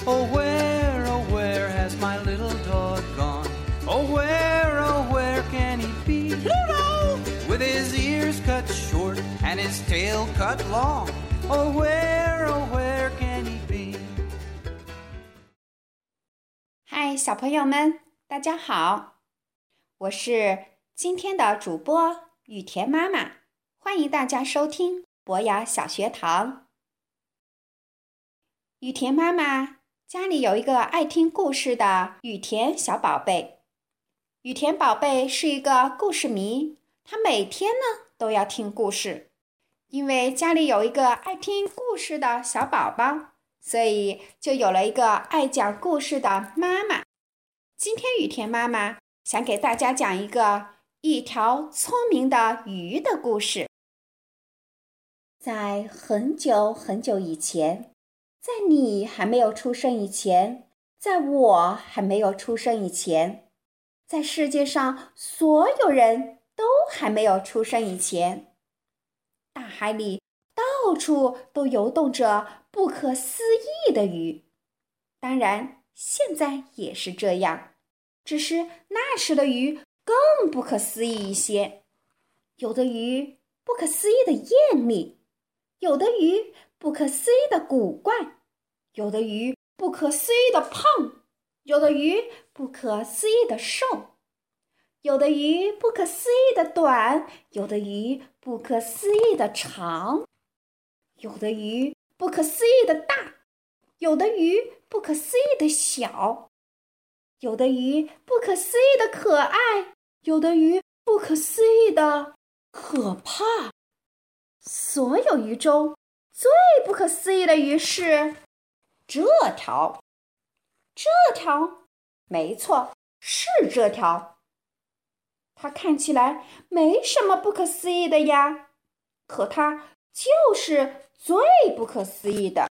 Oh, where has my little dog gone? Oh, where can he be? Pluto! With his ears cut short and his tail cut long. Oh, where can he be? 嗨，小朋友们，大家好，我是今天的主播雨田妈妈，欢迎大家收听博雅小学堂。雨田妈妈家里有一个爱听故事的雨田小宝贝。雨田宝贝是一个故事迷，他每天呢都要听故事。因为家里有一个爱听故事的小宝宝，所以就有了一个爱讲故事的妈妈。今天雨田妈妈想给大家讲一条聪明的鱼的故事。在很久很久以前，在你还没有出生以前，在我还没有出生以前，在世界上所有人都还没有出生以前，大海里到处都游动着不可思议的鱼。当然，现在也是这样，只是那时的鱼更不可思议一些。有的鱼不可思议的艳丽，有的鱼不可思议的古怪，有的鱼不可思议的胖，有的鱼不可思议的瘦，有的鱼不可思议的短，有的鱼不可思议的长，有的鱼不可思议的大，有的鱼不可思议的小，有的鱼不可思议的可爱，有的鱼不可思议的可怕。所有鱼中最不可思议的鱼是这条，没错，是这条。它看起来没什么不可思议的呀，可它就是最不可思议的。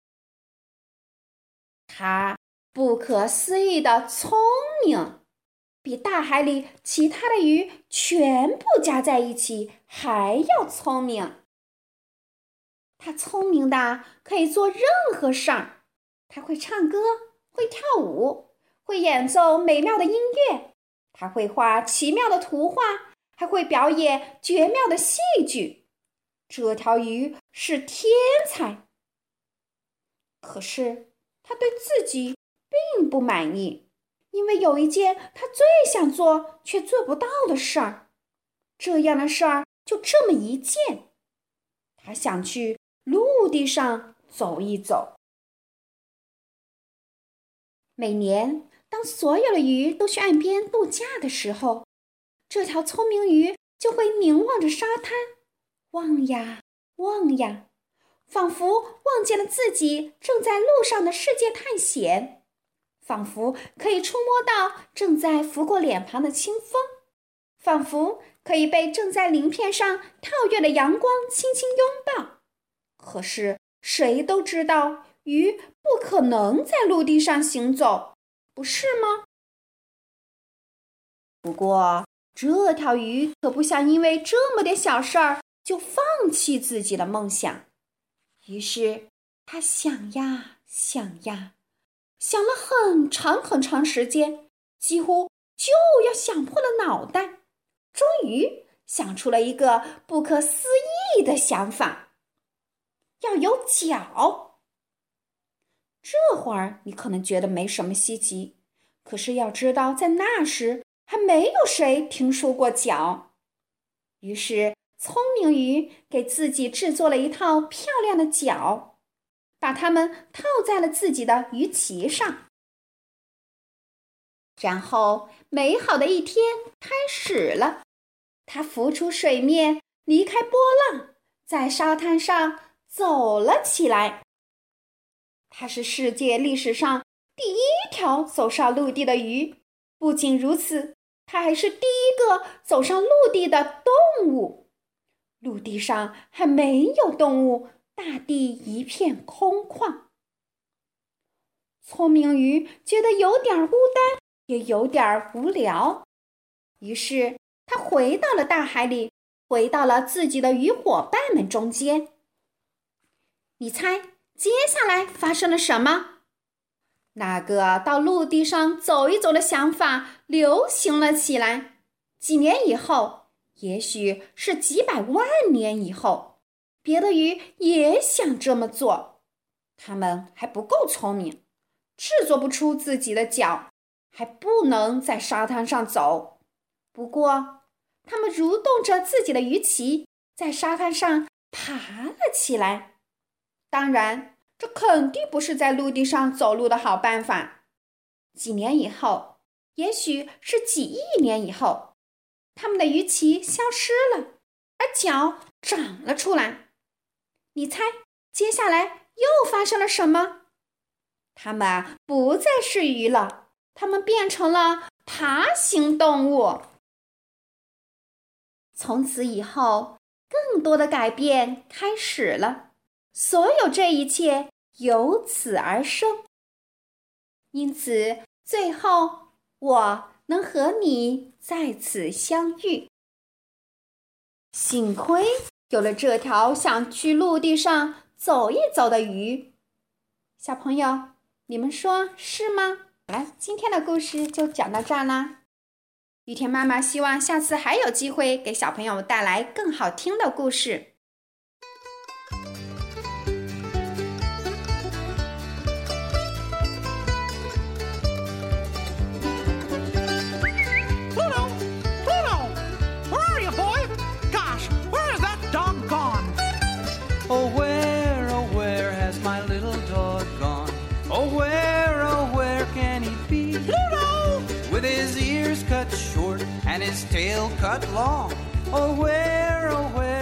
它不可思议的聪明，比大海里其他的鱼全部加在一起还要聪明。它聪明的可以做任何事儿，它会唱歌，会跳舞，会演奏美妙的音乐，它会画奇妙的图画，还会表演绝妙的戏剧。这条鱼是天才。可是他对自己并不满意，因为有一件他最想做却做不到的事儿。这样的事儿就这么一件，他想去陆地上走一走。每年当所有的鱼都去岸边度假的时候，这条聪明鱼就会凝望着沙滩，望呀望呀，仿佛望见了自己正在路上的世界探险，仿佛可以触摸到正在拂过脸庞的清风，仿佛可以被正在鳞片上跳跃的阳光轻轻拥抱。可是谁都知道，鱼不可能在陆地上行走，不是吗？不过这条鱼可不想因为这么点小事儿就放弃自己的梦想。于是他想呀想呀，想了很长很长时间，几乎就要想破了脑袋，终于想出了一个不可思议的想法，要有脚。这会儿你可能觉得没什么稀奇，可是要知道在那时还没有谁听说过脚。于是聪明鱼给自己制作了一套漂亮的脚，把它们套在了自己的鱼鳍上。然后美好的一天开始了，它浮出水面，离开波浪，在沙滩上走了起来。它是世界历史上第一条走上陆地的鱼，不仅如此，它还是第一个走上陆地的动物。陆地上还没有动物，大地一片空旷。聪明鱼觉得有点孤单，也有点无聊，于是它回到了大海里，回到了自己的鱼伙伴们中间。你猜接下来发生了什么？ 那个到陆地上走一走的想法流行了起来。几年以后，也许是几百万年以后，别的鱼也想这么做。它们还不够聪明，制作不出自己的脚，还不能在沙滩上走。不过，它们蠕动着自己的鱼鳍，在沙滩上爬了起来。当然，这肯定不是在陆地上走路的好办法。几年以后，也许是几亿年以后，它们的鱼鳍消失了，而脚长了出来。你猜，接下来又发生了什么？它们不再是鱼了，它们变成了爬行动物。从此以后，更多的改变开始了，所有这一切由此而生。因此，最后我能和你在此相遇。幸亏有了这条想去陆地上走一走的鱼。小朋友，你们说是吗？好了，今天的故事就讲到这儿啦。雨田妈妈希望下次还有机会给小朋友带来更好听的故事。 Oh, where has my little dog gone? Oh, where can he be? Pluto! With his ears cut short and his tail cut long. Oh, where